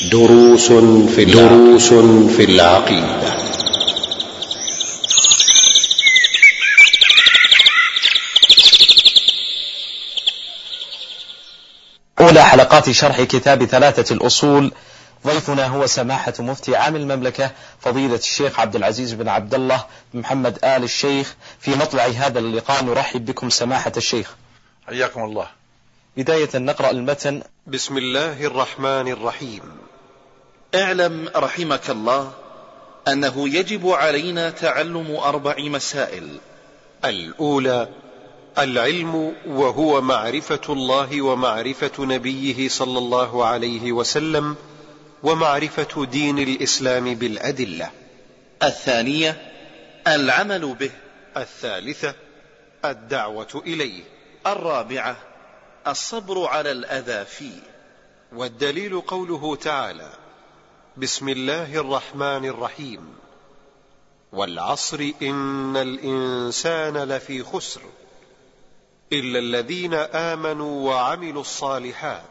دروس في العقيدة. أولى حلقات شرح كتاب ثلاثة الأصول. ضيفنا هو سماحة مفتي عام المملكة فضيلة الشيخ عبد العزيز بن عبد الله محمد آل الشيخ. في مطلع هذا اللقاء نرحب بكم سماحة الشيخ، حياكم الله. بداية نقرأ المتن. بسم الله الرحمن الرحيم. اعلم رحمك الله أنه يجب علينا تعلم 4 مسائل. الأولى العلم، وهو معرفة الله ومعرفة نبيه صلى الله عليه وسلم ومعرفة دين الإسلام بالأدلة. الثانية العمل به. الثالثة الدعوة إليه. الرابعة الصبر على الأذى فيه. والدليل قوله تعالى: بسم الله الرحمن الرحيم، والعصر إن الإنسان لفي خسر إلا الذين آمنوا وعملوا الصالحات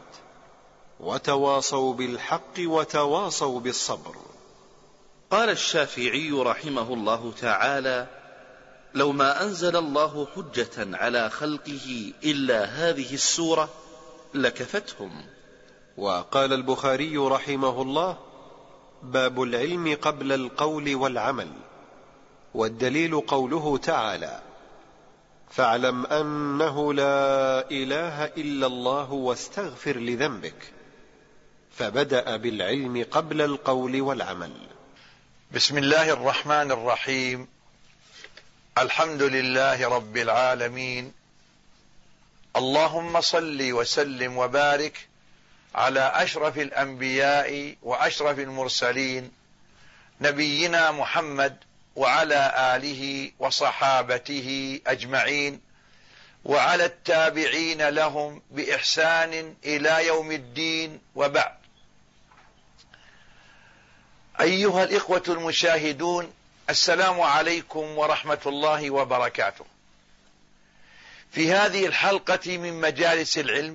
وتواصوا بالحق وتواصوا بالصبر. قال الشافعي رحمه الله تعالى: لو ما أنزل الله حجة على خلقه إلا هذه السورة لكفتهم. وقال البخاري رحمه الله: باب العلم قبل القول والعمل. والدليل قوله تعالى: فاعلم أنه لا إله إلا الله واستغفر لذنبك. فبدأ بالعلم قبل القول والعمل. بسم الله الرحمن الرحيم. الحمد لله رب العالمين. اللهم صل وسلم وبارك على أشرف الأنبياء وأشرف المرسلين نبينا محمد وعلى آله وصحابته أجمعين وعلى التابعين لهم بإحسان إلى يوم الدين، وبعد. أيها الإخوة المشاهدون، السلام عليكم ورحمة الله وبركاته. في هذه الحلقة من مجالس العلم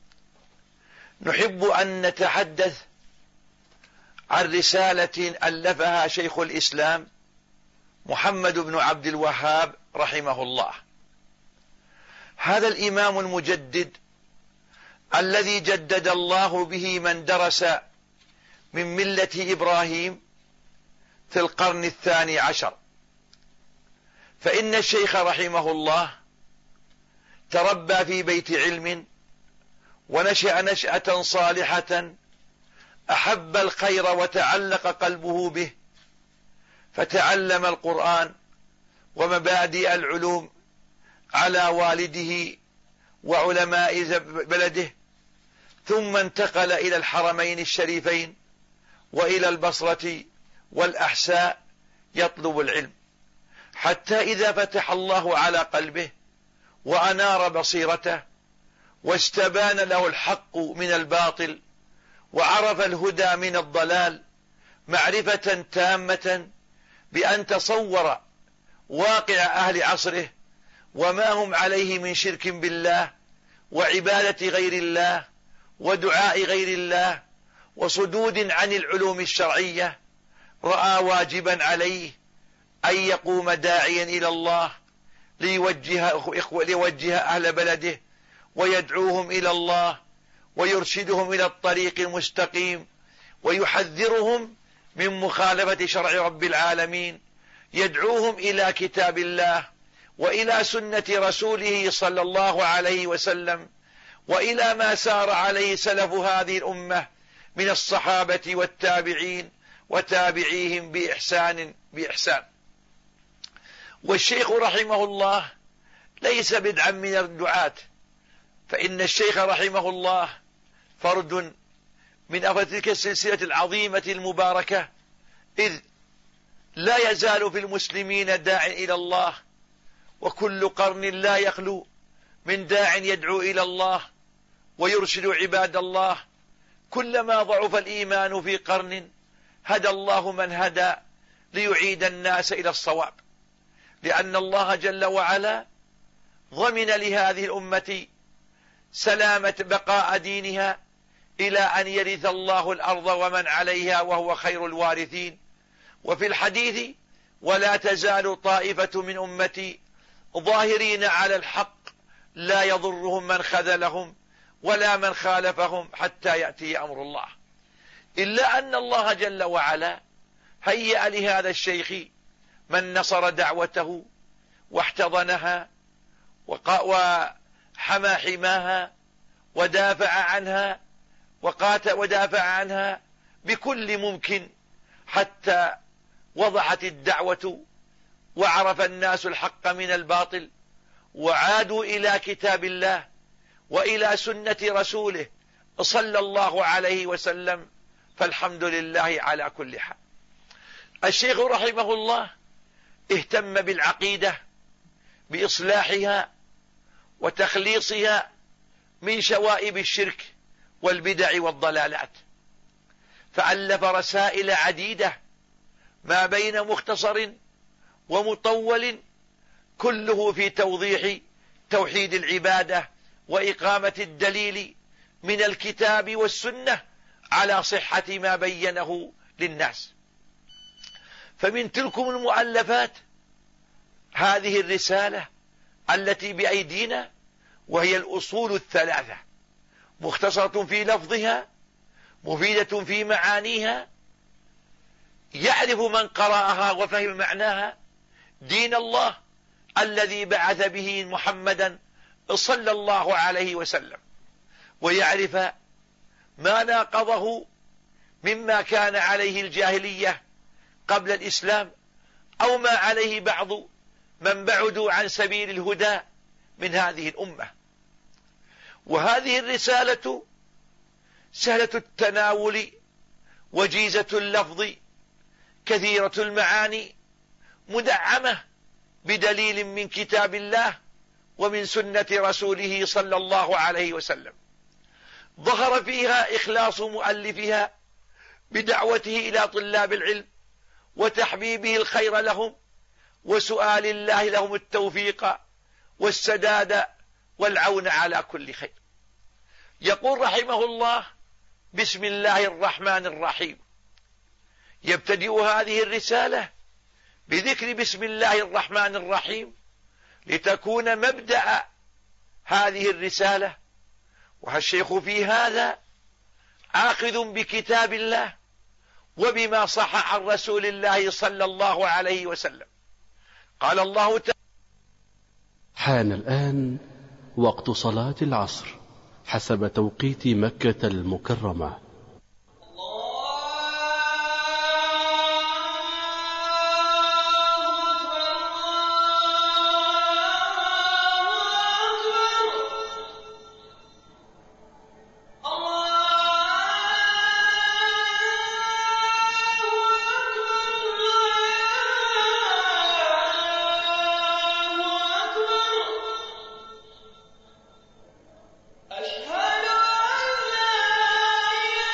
نحب أن نتحدث عن رسالة ألفها شيخ الإسلام محمد بن عبد الوهاب رحمه الله. هذا الإمام المجدد الذي جدد الله به من درس من ملة إبراهيم في القرن 12، فإن الشيخ رحمه الله تربى في بيت علم ونشأ نشأة صالحة، أحب الخير وتعلق قلبه به، فتعلم القرآن ومبادئ العلوم على والده وعلماء بلده، ثم انتقل إلى الحرمين الشريفين وإلى البصرة والأحساء يطلب العلم، حتى إذا فتح الله على قلبه وأنار بصيرته واستبان له الحق من الباطل وعرف الهدى من الضلال معرفة تامة، بأن تصور واقع أهل عصره وما هم عليه من شرك بالله وعبادة غير الله ودعاء غير الله وصدود عن العلوم الشرعية، رأى واجبا عليه أن يقوم داعيا إلى الله ليوجه أهل بلده ويدعوهم إلى الله ويرشدهم إلى الطريق المستقيم ويحذرهم من مخالفة شرع رب العالمين، يدعوهم إلى كتاب الله وإلى سنة رسوله صلى الله عليه وسلم وإلى ما سار عليه سلف هذه الأمة من الصحابة والتابعين وتابعيهم بإحسان. والشيخ رحمه الله ليس بدعا من الدعاة، فإن الشيخ رحمه الله فرد من أفراد تلك السلسلة العظيمة المباركة، إذ لا يزال في المسلمين داع إلى الله، وكل قرن لا يخلو من داع يدعو إلى الله ويرشد عباد الله. كلما ضعف الإيمان في قرن هدى الله من هدى ليعيد الناس إلى الصواب، لأن الله جل وعلا ضمن لهذه الأمة سلامة بقاء دينها إلى أن يرث الله الأرض ومن عليها وهو خير الوارثين. وفي الحديث: ولا تزال طائفة من أمتي ظاهرين على الحق لا يضرهم من خذلهم ولا من خالفهم حتى يأتي أمر الله. إلا أن الله جل وعلا هيأ لهذا الشيخ من نصر دعوته واحتضنها وحمى حماها ودافع عنها ودافع عنها بكل ممكن، حتى وضحت الدعوة وعرف الناس الحق من الباطل وعادوا إلى كتاب الله وإلى سنة رسوله صلى الله عليه وسلم. فالحمد لله على كل حال. الشيخ رحمه الله اهتم بالعقيدة بإصلاحها وتخليصها من شوائب الشرك والبدع والضلالات، فألف رسائل عديدة ما بين مختصر ومطول، كله في توضيح توحيد العبادة وإقامة الدليل من الكتاب والسنة على صحة ما بينه للناس. فمن تلكم المؤلفات هذه الرسالة التي بأيدينا، وهي الأصول الثلاثة، مختصرة في لفظها مفيدة في معانيها، يعرف من قرأها وفهم معناها دين الله الذي بعث به محمدا صلى الله عليه وسلم، ويعرف ما ناقضه مما كان عليه الجاهلية قبل الإسلام أو ما عليه بعض من بعدوا عن سبيل الهدى من هذه الأمة. وهذه الرسالة سهلة التناول وجيزة اللفظ كثيرة المعاني، مدعمة بدليل من كتاب الله ومن سنة رسوله صلى الله عليه وسلم. ظهر فيها إخلاص مؤلفها بدعوته إلى طلاب العلم وتحبيبه الخير لهم وسؤال الله لهم التوفيق والسداد والعون على كل خير. يقول رحمه الله: بسم الله الرحمن الرحيم. يبتدئ هذه الرسالة بذكر بسم الله الرحمن الرحيم لتكون مبدأ هذه الرسالة. والشيخ في هذا آخذ بكتاب الله وبما صح عن رسول الله صلى الله عليه وسلم. قال الله تعالى: حان الآن وقت صلاة العصر حسب توقيت مكة المكرمة. أشهد أن لا إله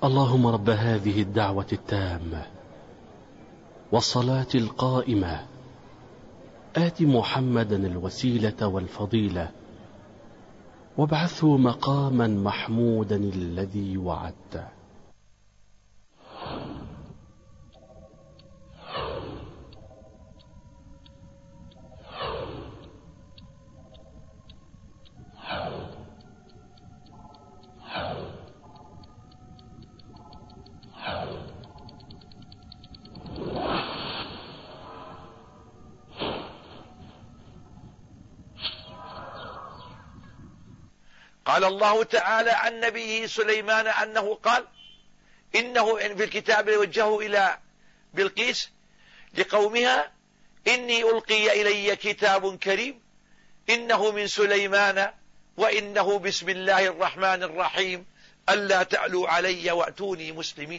اللهم رب هذه الدعوة التامة والصلاة القائمة آت محمدا الوسيلة والفضيلة وابعثه مقاما محمودا الذي وعدته. قال الله تعالى عن نبيه سليمان أنه قال إنه في الكتاب يوجهه إلى بلقيس لقومها إني ألقي إلي كتاب كريم إنه من سليمان وإنه بسم الله الرحمن الرحيم ألا تعلوا علي وأتوني مسلمين.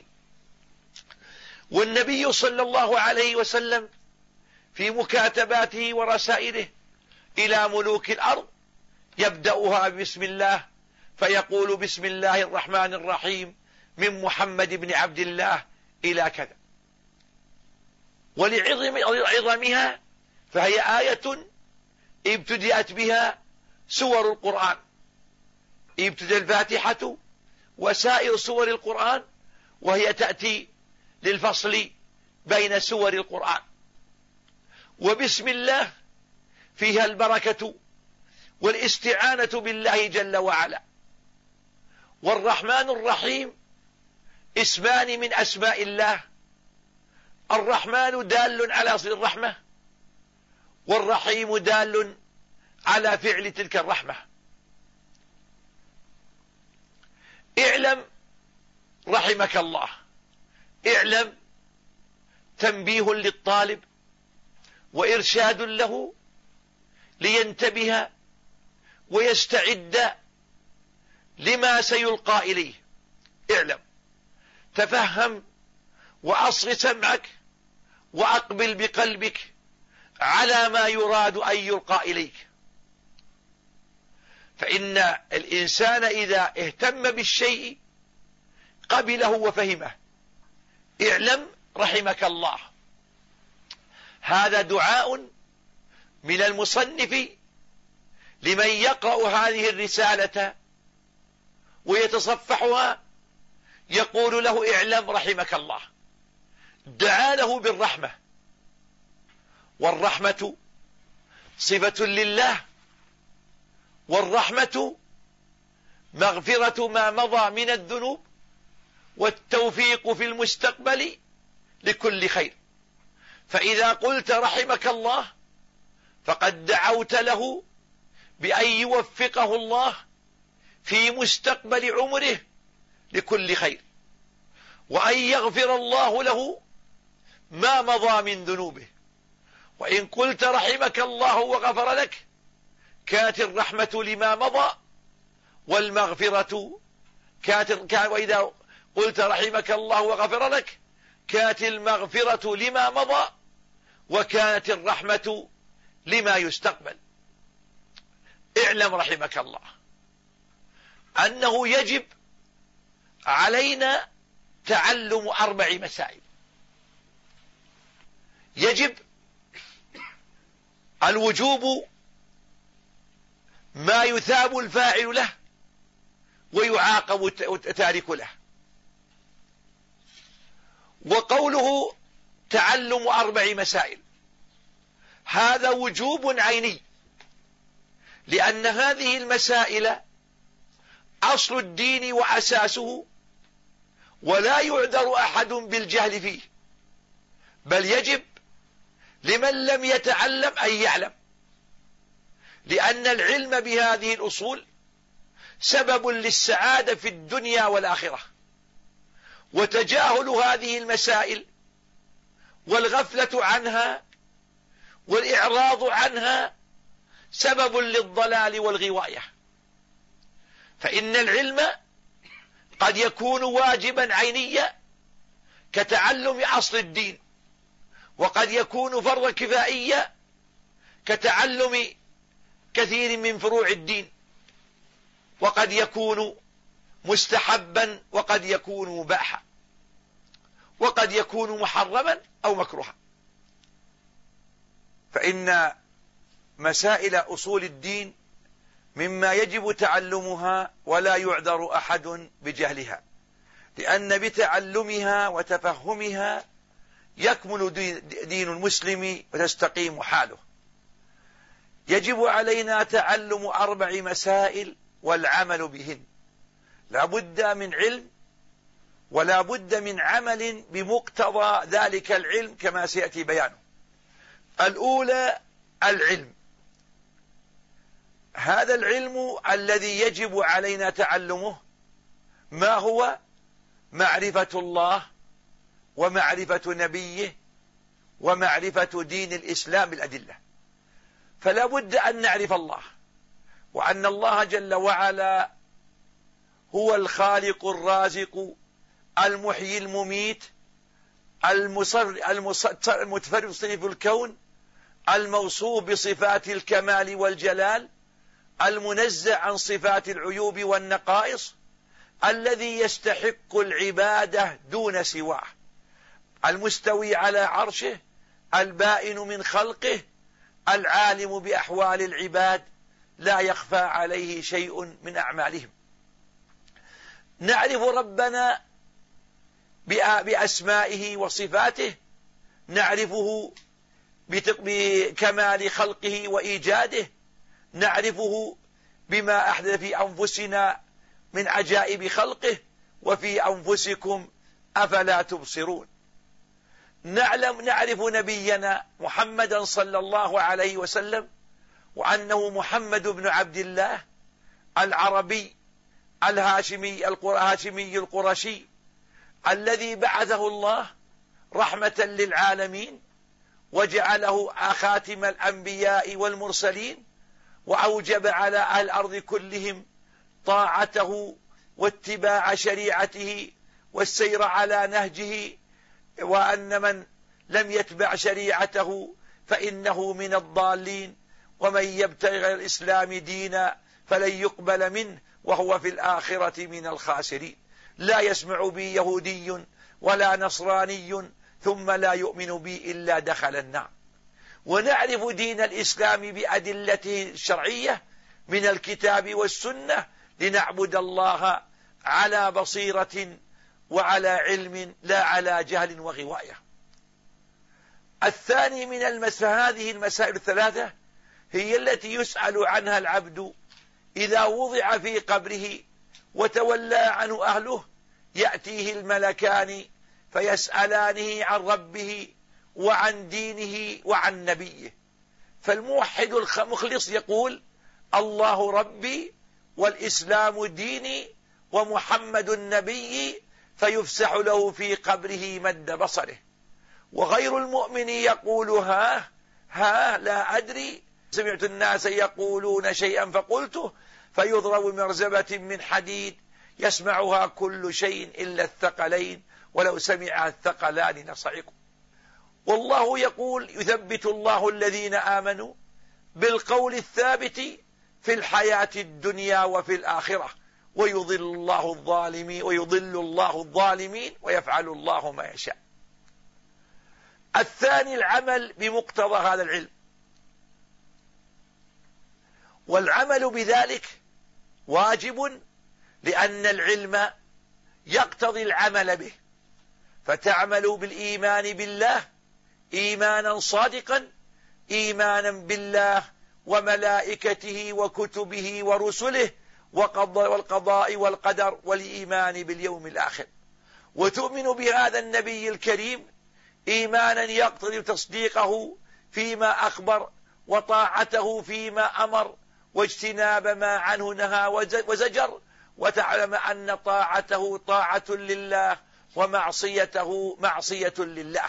والنبي صلى الله عليه وسلم في مكاتباته ورسائله إلى ملوك الأرض يبدأها بسم الله، فيقول بسم الله الرحمن الرحيم من محمد بن عبد الله إلى كذا. ولعظمها فهي آية ابتدأت بها سور القرآن، ابتدأ الفاتحة وسائر سور القرآن، وهي تأتي للفصل بين سور القرآن. وبسم الله فيها البركة والاستعانة بالله جل وعلا. والرحمن الرحيم اسمان من أسماء الله، الرحمن دال على صل الرحمة، والرحيم دال على فعل تلك الرحمة. اعلم رحمك الله، اعلم تنبيه للطالب وإرشاد له لينتبه ويستعد لما سيلقى إليه. اعلم، تفهم وأصغ سمعك وأقبل بقلبك على ما يراد أن يلقى إليك. فإن الإنسان إذا اهتم بالشيء قبله وفهمه. اعلم رحمك الله، هذا دعاء من المصنف لمن يقرأ هذه الرسالة ويتصفحها، يقول له اعلم رحمك الله، دعا له بالرحمة. والرحمة صفة لله، والرحمة مغفرة ما مضى من الذنوب والتوفيق في المستقبل لكل خير. فإذا قلت رحمك الله فقد دعوت له بأن يوفقه الله في مستقبل عمره لكل خير، وأن يغفر الله له ما مضى من ذنوبه. وإن قلت رحمك الله وغفر لك كانت الرحمة لما مضى والمغفرة وإذا قلت رحمك الله وغفر لك كانت المغفرة لما مضى وكانت الرحمة لما يستقبل. اعلم رحمك الله أنه يجب علينا تعلم 4 مسائل. يجب الوجوب ما يثاب الفاعل له ويعاقب تارك له. وقوله تعلم 4 مسائل هذا وجوب عيني، لأن هذه المسائل أصل الدين وأساسه، ولا يعذر أحد بالجهل فيه، بل يجب لمن لم يتعلم أن يعلم، لأن العلم بهذه الأصول سبب للسعادة في الدنيا والآخرة. وتجاهل هذه المسائل والغفلة عنها والإعراض عنها سبب للضلال والغواية. فإن العلم قد يكون واجبا عينيا كتعلم أصل الدين، وقد يكون فرض كفائيا كتعلم كثير من فروع الدين، وقد يكون مستحبا وقد يكون مباحا وقد يكون محرما أو مكروها. فإن مسائل أصول الدين مما يجب تعلمها ولا يعذر أحد بجهلها، لأن بتعلمها وتفهمها يكمل دين المسلم وتستقيم حاله. يجب علينا تعلم 4 مسائل والعمل بهن، لا بد من علم ولا بد من عمل بمقتضى ذلك العلم كما سيأتي بيانه. الأولى العلم، هذا العلم الذي يجب علينا تعلمه ما هو؟ معرفة الله ومعرفة نبيه ومعرفة دين الإسلام بالأدلة. فلا بد أن نعرف الله، وأن الله جل وعلا هو الخالق الرازق المحيي المميت المتفرد في الكون، الموصوف بصفات الكمال والجلال، المنزه عن صفات العيوب والنقائص، الذي يستحق العبادة دون سواه، المستوي على عرشه، البائن من خلقه، العالم بأحوال العباد، لا يخفى عليه شيء من أعمالهم. نعرف ربنا بأسمائه وصفاته، نعرفه بكمال خلقه وإيجاده، نعرفه بما أحدث في أنفسنا من عجائب خلقه وفي أنفسكم أفلا تبصرون. نعرف نبينا محمدا صلى الله عليه وسلم، وأنه محمد بن عبد الله العربي الهاشمي القرشي الذي بعثه الله رحمة للعالمين وجعله خاتم الأنبياء والمرسلين، وأوجب على أهل الأرض كلهم طاعته واتباع شريعته والسير على نهجه، وأن من لم يتبع شريعته فإنه من الضالين، ومن يبتغي غير الإسلام دينا فلن يقبل منه وهو في الآخرة من الخاسرين. لا يسمع بي يهودي ولا نصراني ثم لا يؤمن بي إلا دخل النار. ونعرف دين الإسلام بأدلته الشرعية من الكتاب والسنة، لنعبد الله على بصيرة وعلى علم لا على جهل وغواية. الثاني من هذه المسائل الثلاثة هي التي يسأل عنها العبد إذا وضع في قبره وتولى عنه أهله، يأتيه الملكان فيسألانه عن ربه وعن دينه وعن نبيه. فالموحد المخلص يقول: الله ربي والإسلام ديني ومحمد النبي، فيفسح له في قبره مد بصره. وغير المؤمن يقول: ها لا أدري، سمعت الناس يقولون شيئا فقلته، فيضرب مرزبة من حديد يسمعها كل شيء إلا الثقلين، ولو سمع الثقلان لصعقوا. والله يقول: يثبت الله الذين آمنوا بالقول الثابت في الحياة الدنيا وفي الآخرة، ويضل الله الظالمين ويفعل الله ما يشاء. الثاني العمل بمقتضى هذا العلم، والعمل بذلك واجب لأن العلم يقتضي العمل به، فتعمل بالإيمان بالله إيمانا صادقا، إيمانا بالله وملائكته وكتبه ورسله والقضاء والقدر والإيمان باليوم الآخر، وتؤمن بهذا النبي الكريم إيمانا يقتضي تصديقه فيما أخبر وطاعته فيما أمر واجتناب ما عنه نهى وزجر، وتعلم أن طاعته طاعة لله ومعصيته معصية لله.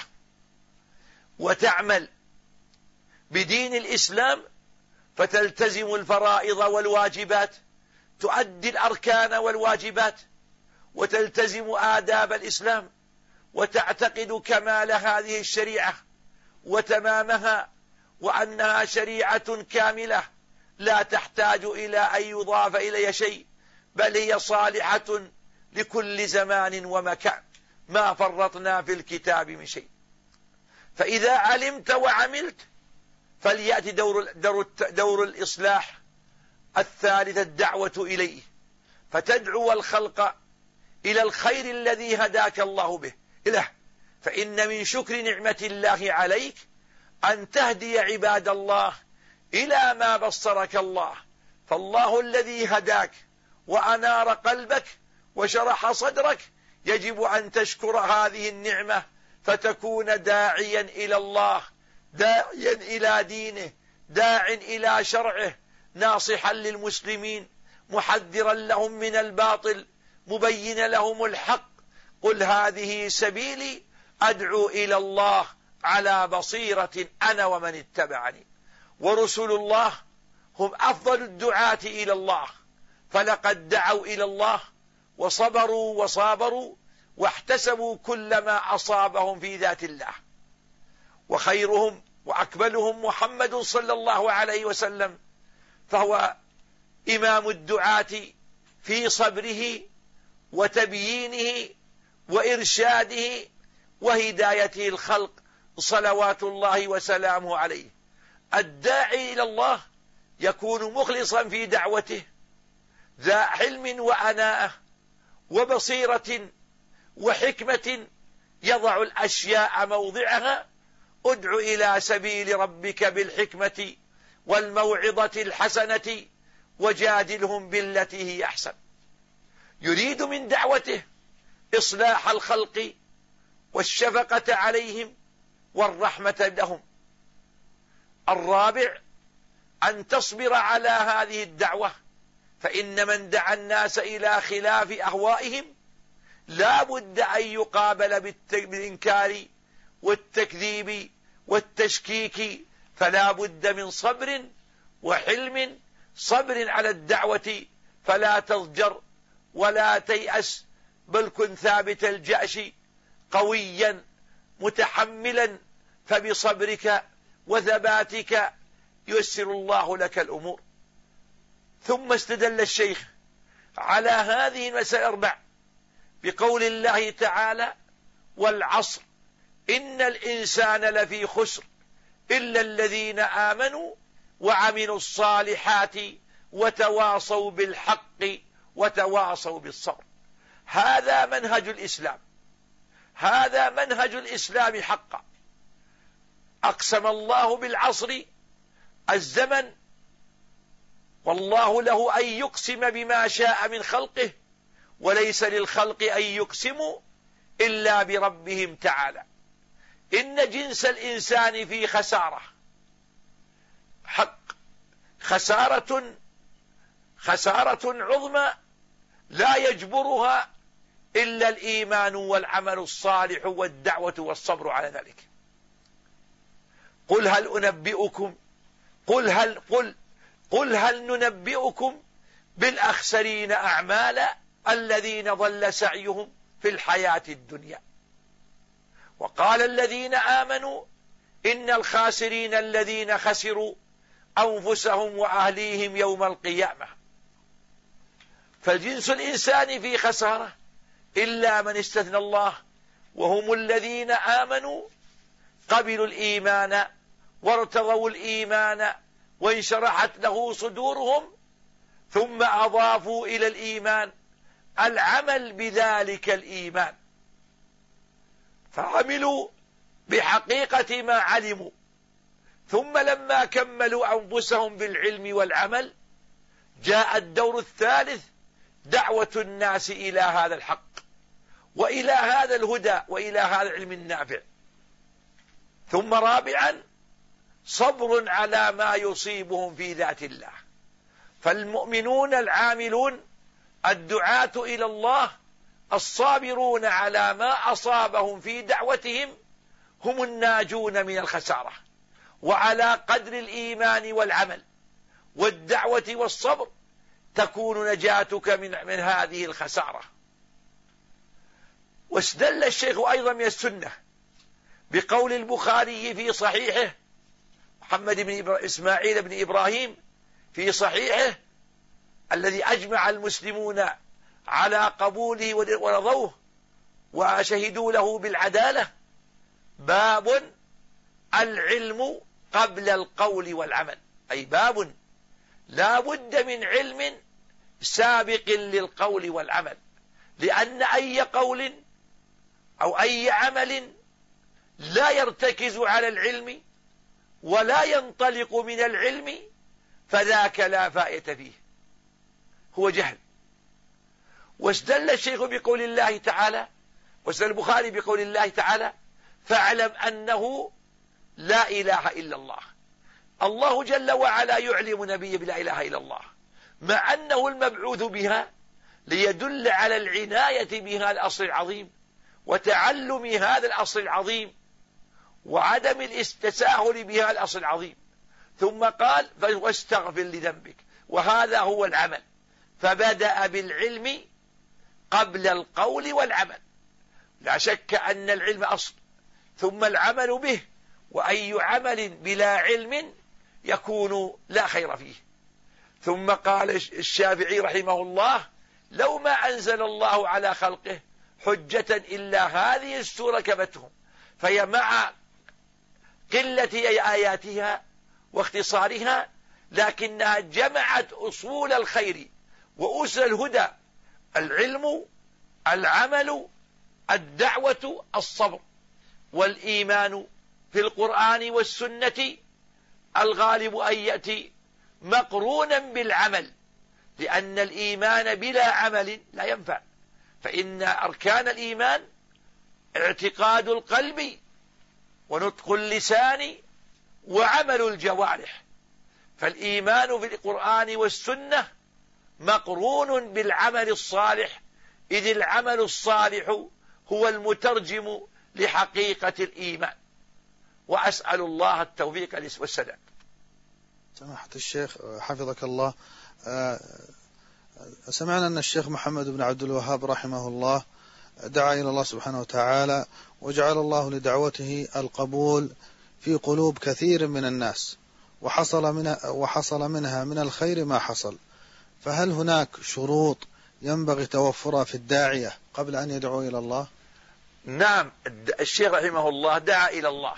وتعمل بدين الإسلام فتلتزم الفرائض والواجبات، تؤدي الأركان والواجبات، وتلتزم آداب الإسلام، وتعتقد كمال هذه الشريعة وتمامها، وأنها شريعة كاملة لا تحتاج إلى أن يضاف إليها شيء، بل هي صالحة لكل زمان ومكان، ما فرطنا في الكتاب من شيء. فإذا علمت وعملت فليأتي دور الإصلاح الثالث، الدعوة إليه، فتدعو الخلق إلى الخير الذي هداك الله به إله. فإن من شكر نعمة الله عليك أن تهدي عباد الله إلى ما بصرك الله. فالله الذي هداك وأنار قلبك وشرح صدرك يجب أن تشكر هذه النعمة، فتكون داعيا إلى الله، داعيا إلى دينه، داع إلى شرعه، ناصحا للمسلمين، محذرا لهم من الباطل، مبين لهم الحق. قل هذه سبيلي أدعو إلى الله على بصيرة أنا ومن اتبعني. ورسل الله هم أفضل الدعاة إلى الله، فلقد دعوا إلى الله وصبروا وصابروا واحتسبوا كل ما أصابهم في ذات الله. وخيرهم وأكملهم محمد صلى الله عليه وسلم، فهو إمام الدعاة في صبره وتبيينه وإرشاده وهدايته الخلق صلوات الله وسلامه عليه. الداعي إلى الله يكون مخلصا في دعوته، ذا حلم وأناءة وبصيرة وحكمة، يضع الأشياء موضعها. ادع إلى سبيل ربك بالحكمة والموعظة الحسنة وجادلهم بالتي هي أحسن. يريد من دعوته إصلاح الخلق والشفقة عليهم والرحمة لهم. الرابع أن تصبر على هذه الدعوة، فإن من دعا الناس إلى خلاف أهوائهم لا بد أن يقابل بالإنكار والتكذيب والتشكيك، فلا بد من صبر وحلم، صبر على الدعوة، فلا تضجر ولا تيأس، بل كن ثابت الجأش قويا متحملا، فبصبرك وثباتك ييسر الله لك الأمور. ثم استدل الشيخ على هذه المسائل الأربع بقول الله تعالى: والعصر إن الإنسان لفي خسر إلا الذين آمنوا وعملوا الصالحات وتواصوا بالحق وتواصوا بالصبر. هذا منهج الإسلام، هذا منهج الإسلام حقا. أقسم الله بالعصر، الزمن، والله له أن يقسم بما شاء من خلقه، وليس للخلق أن يقسموا إلا بربهم تعالى. إن جنس الإنسان في خسارة حق، خسارة عظمى لا يجبرها إلا الإيمان والعمل الصالح والدعوة والصبر على ذلك. قل هل ننبئكم بالأخسرين أعمالا الذين ضل سعيهم في الحياة الدنيا. وقال الذين آمنوا إن الخاسرين الذين خسروا أنفسهم وأهليهم يوم القيامة. فالجنس الإنساني في خسارة إلا من استثنى الله، وهم الذين آمنوا قبلوا الإيمان وارتضوا الإيمان وانشرحت له صدورهم، ثم أضافوا إلى الإيمان العمل بذلك الإيمان، فعملوا بحقيقة ما علموا، ثم لما كملوا أنفسهم بالعلم والعمل جاء الدور الثالث: دعوة الناس إلى هذا الحق وإلى هذا الهدى وإلى هذا العلم النافع. ثم رابعا: صبر على ما يصيبهم في ذات الله. فالمؤمنون العاملون الدعاة إلى الله الصابرون على ما أصابهم في دعوتهم هم الناجون من الخسارة. وعلى قدر الإيمان والعمل والدعوة والصبر تكون نجاتك من هذه الخسارة. واستدل الشيخ أيضا من السنة بقول البخاري في صحيحه، محمد بن إسماعيل بن إبراهيم في صحيحه الذي أجمع المسلمون على قبوله ورضوه وشهدوا له بالعدالة. باب العلم قبل القول والعمل، أي باب لا بد من علم سابق للقول والعمل، لأن أي قول أو أي عمل لا يرتكز على العلم ولا ينطلق من العلم فذاك لا فائدة فيه، هو جهل. واستدل الشيخ بقول الله تعالى، واستدل البخاري بقول الله تعالى: فاعلم أنه لا إله إلا الله. الله جل وعلا يعلم نبيه بلا إله إلا الله، مع أنه المبعوث بها ليدل على العناية بهذا الأصل العظيم وتعلم هذا الأصل العظيم وعدم التساهل بهذا الأصل العظيم. ثم قال: واستغفر لذنبك، وهذا هو العمل. فبدأ بالعلم قبل القول والعمل. لا شك أن العلم أصل، ثم العمل به، وأي عمل بلا علم يكون لا خير فيه. ثم قال الشافعي رحمه الله: لو ما أنزل الله على خلقه حجة إلا هذه السورة كفتهم. فهي مع قلة آياتها واختصارها لكنها جمعت أصول الخير وأسر الهدى: العلم، العمل، الدعوة، الصبر. والإيمان في القرآن والسنة الغالب أن يأتي مقرونا بالعمل، لأن الإيمان بلا عمل لا ينفع. فإن أركان الإيمان اعتقاد القلب ونطق اللسان وعمل الجوارح، فالإيمان في القرآن والسنة مقرون بالعمل الصالح، إذ العمل الصالح هو المترجم لحقيقة الإيمان. وأسأل الله التوفيق والسداد. سماحة الشيخ حفظك الله، سمعنا أن الشيخ محمد بن عبد الوهاب رحمه الله دعا إلى الله سبحانه وتعالى وجعل الله لدعوته القبول في قلوب كثير من الناس، وحصل منها من الخير ما حصل. فهل هناك شروط ينبغي توفرها في الداعية قبل أن يدعو إلى الله؟ نعم، الشيخ رحمه الله دعا إلى الله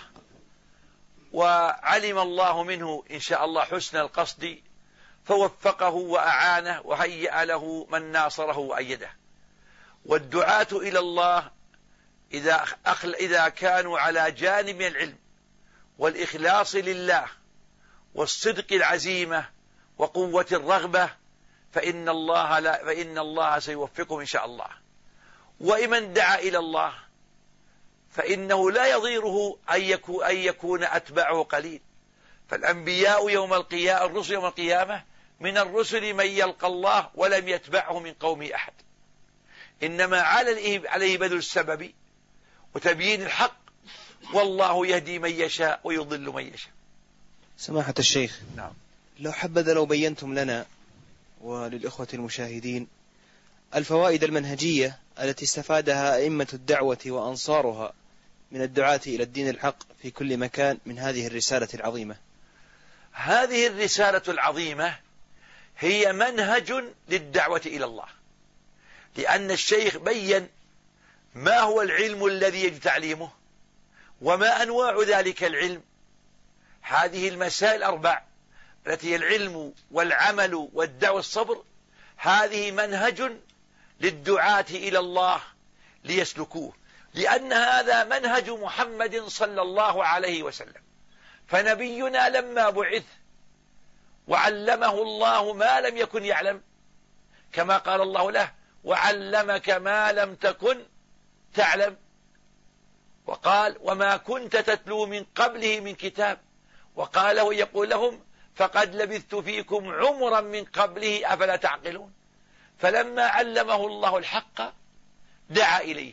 وعلم الله منه إن شاء الله حسن القصد فوفقه وأعانه وهيأ له من ناصره وأيده. والدعاة إلى الله إذا كانوا على جانب العلم والإخلاص لله والصدق العزيمة وقوة الرغبة فإن الله سيوفقهم إن شاء الله. ومن دعا إلى الله فإنه لا يضيره أن يكون أتباعه قليل. فالأنبياء يوم القيامة، الرسل يوم القيامة، من الرسل من يلقى الله ولم يتبعه من قومه أحد، إنما عليه بذل السبب وتبيين الحق، والله يهدي من يشاء ويضل من يشاء. سماحة الشيخ، نعم، لو حبذا لو بينتم لنا وللإخوة المشاهدين الفوائد المنهجية التي استفادها أئمة الدعوة وأنصارها من الدعاة إلى الدين الحق في كل مكان من هذه الرسالة العظيمة. هذه الرسالة العظيمة هي منهج للدعوة إلى الله، لأن الشيخ بين ما هو العلم الذي يجب تعليمه وما أنواع ذلك العلم. هذه المسائل الأربع التي هي العلم والعمل والدعوة والصبر، هذه منهج للدعاة إلى الله ليسلكوه، لأن هذا منهج محمد صلى الله عليه وسلم. فنبينا لما بعث وعلمه الله ما لم يكن يعلم، كما قال الله له: وعلمك ما لم تكن تعلم. وقال: وما كنت تتلو من قبله من كتاب. وقال ويقول لهم: فقد لبثت فيكم عمرا من قبله أفلا تعقلون. فلما علمه الله الحق دعا إليه،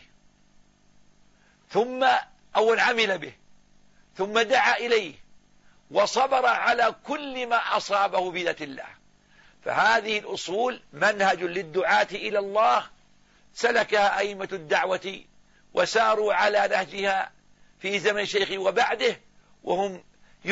ثم أول عمل به، ثم دعا إليه وصبر على كل ما أصابه بذات الله. فهذه الأصول منهج للدعاة إلى الله سلكها أئمة الدعوة وساروا على نهجها في زمن شيخه وبعده، وهم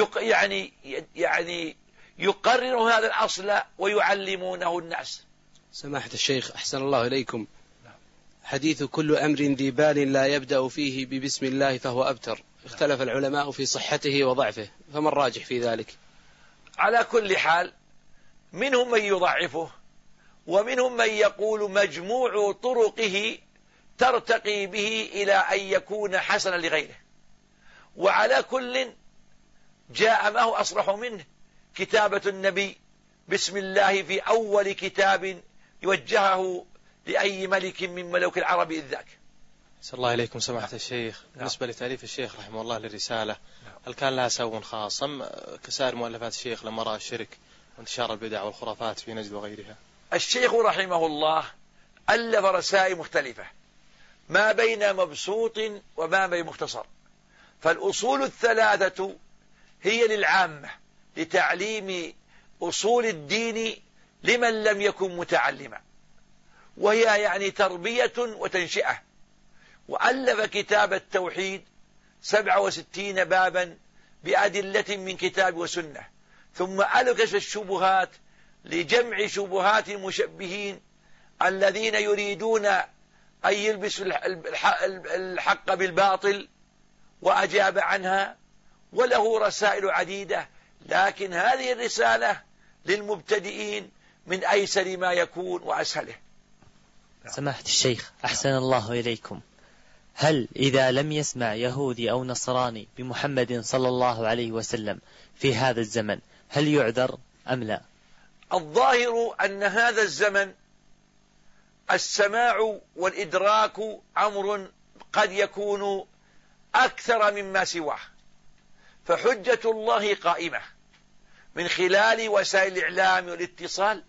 يعني يقرروا هذا الأصل ويعلمونه الناس. سماحة الشيخ أحسن الله إليكم. حديث كل أمر ذي بال لا يبدأ فيه ببسم الله فهو أبتر، اختلف العلماء في صحته وضعفه، فما الراجح في ذلك؟ على كل حال منهم من يضعفه ومنهم من يقول مجموع طرقه ترتقي به إلى أن يكون حسنا لغيره، وعلى كل جاء ما هو أصرح منه كتابة النبي بسم الله في أول كتاب يوجهه لأي ملك من ملوك العرب إذ ذاك. صلى الله إليكم سماحة الشيخ. بالنسبة لتأليف الشيخ رحمه الله للرسالة، هل كان لها سو خاص أم كسائر مؤلفات الشيخ لما رأى الشرك وانتشار البدع والخرافات في نجد وغيرها؟ الشيخ رحمه الله ألف رسائل مختلفة ما بين مبسوط وما بين مختصر، فالأصول الثلاثة هي للعامة لتعليم أصول الدين لمن لم يكن متعلما، وهي يعني تربية وتنشئة. وألف كتاب التوحيد 67 بابا بأدلة من كتاب وسنة، ثم ألف كشف الشبهات لجمع شبهات المشبهين الذين يريدون أن يلبسوا الحق بالباطل، وأجاب عنها، وله رسائل عديدة، لكن هذه الرسالة للمبتدئين من أيسر ما يكون وأسهله. سماحة الشيخ أحسن الله إليكم، هل إذا لم يسمع يهودي أو نصراني بمحمد صلى الله عليه وسلم في هذا الزمن هل يعذر أم لا؟ الظاهر أن هذا الزمن السماع والإدراك أمر قد يكون أكثر مما سواه، فحجة الله قائمة من خلال وسائل الإعلام والاتصال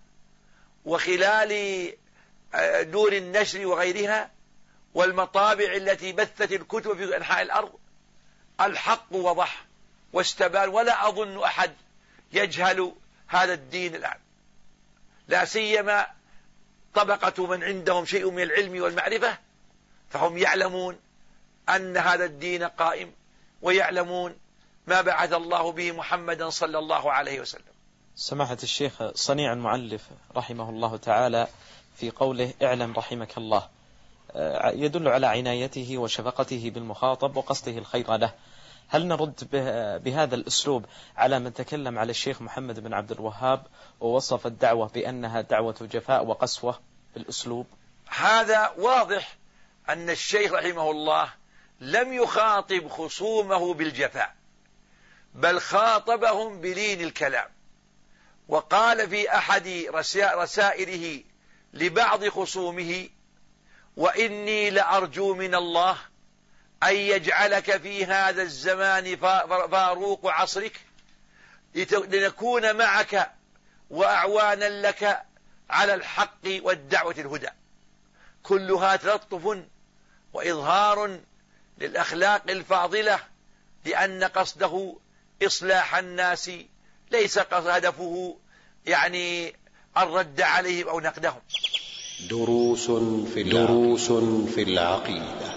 وخلال دور النشر وغيرها والمطابع التي بثت الكتب في أنحاء الأرض. الحق وضح واستبان، ولا أظن أحد يجهل هذا الدين الآن، لا سيما طبقة من عندهم شيء من العلم والمعرفة، فهم يعلمون أن هذا الدين قائم، ويعلمون ما بعث الله به محمدا صلى الله عليه وسلم. سماحة الشيخ صنيع المؤلف رحمه الله تعالى في قوله اعلم رحمك الله يدل على عنايته وشفقته بالمخاطب وقصده الخير له. هل نرد بهذا الأسلوب على من تكلم على الشيخ محمد بن عبد الوهاب ووصف الدعوة بأنها دعوة جفاء وقسوة بالأسلوب؟ هذا واضح أن الشيخ رحمه الله لم يخاطب خصومه بالجفاء، بل خاطبهم بلين الكلام، وقال في أحد رسائله لبعض خصومه: وإني لأرجو من الله أن يجعلك في هذا الزمان فاروق عصرك لنكون معك وأعوانا لك على الحق والدعوة الهدى. كلها تلطف وإظهار للأخلاق الفاضلة، لأن قصده إصلاح الناس، ليس هدفه يعني الرد عليهم أو نقدهم. دروس في العقيدة.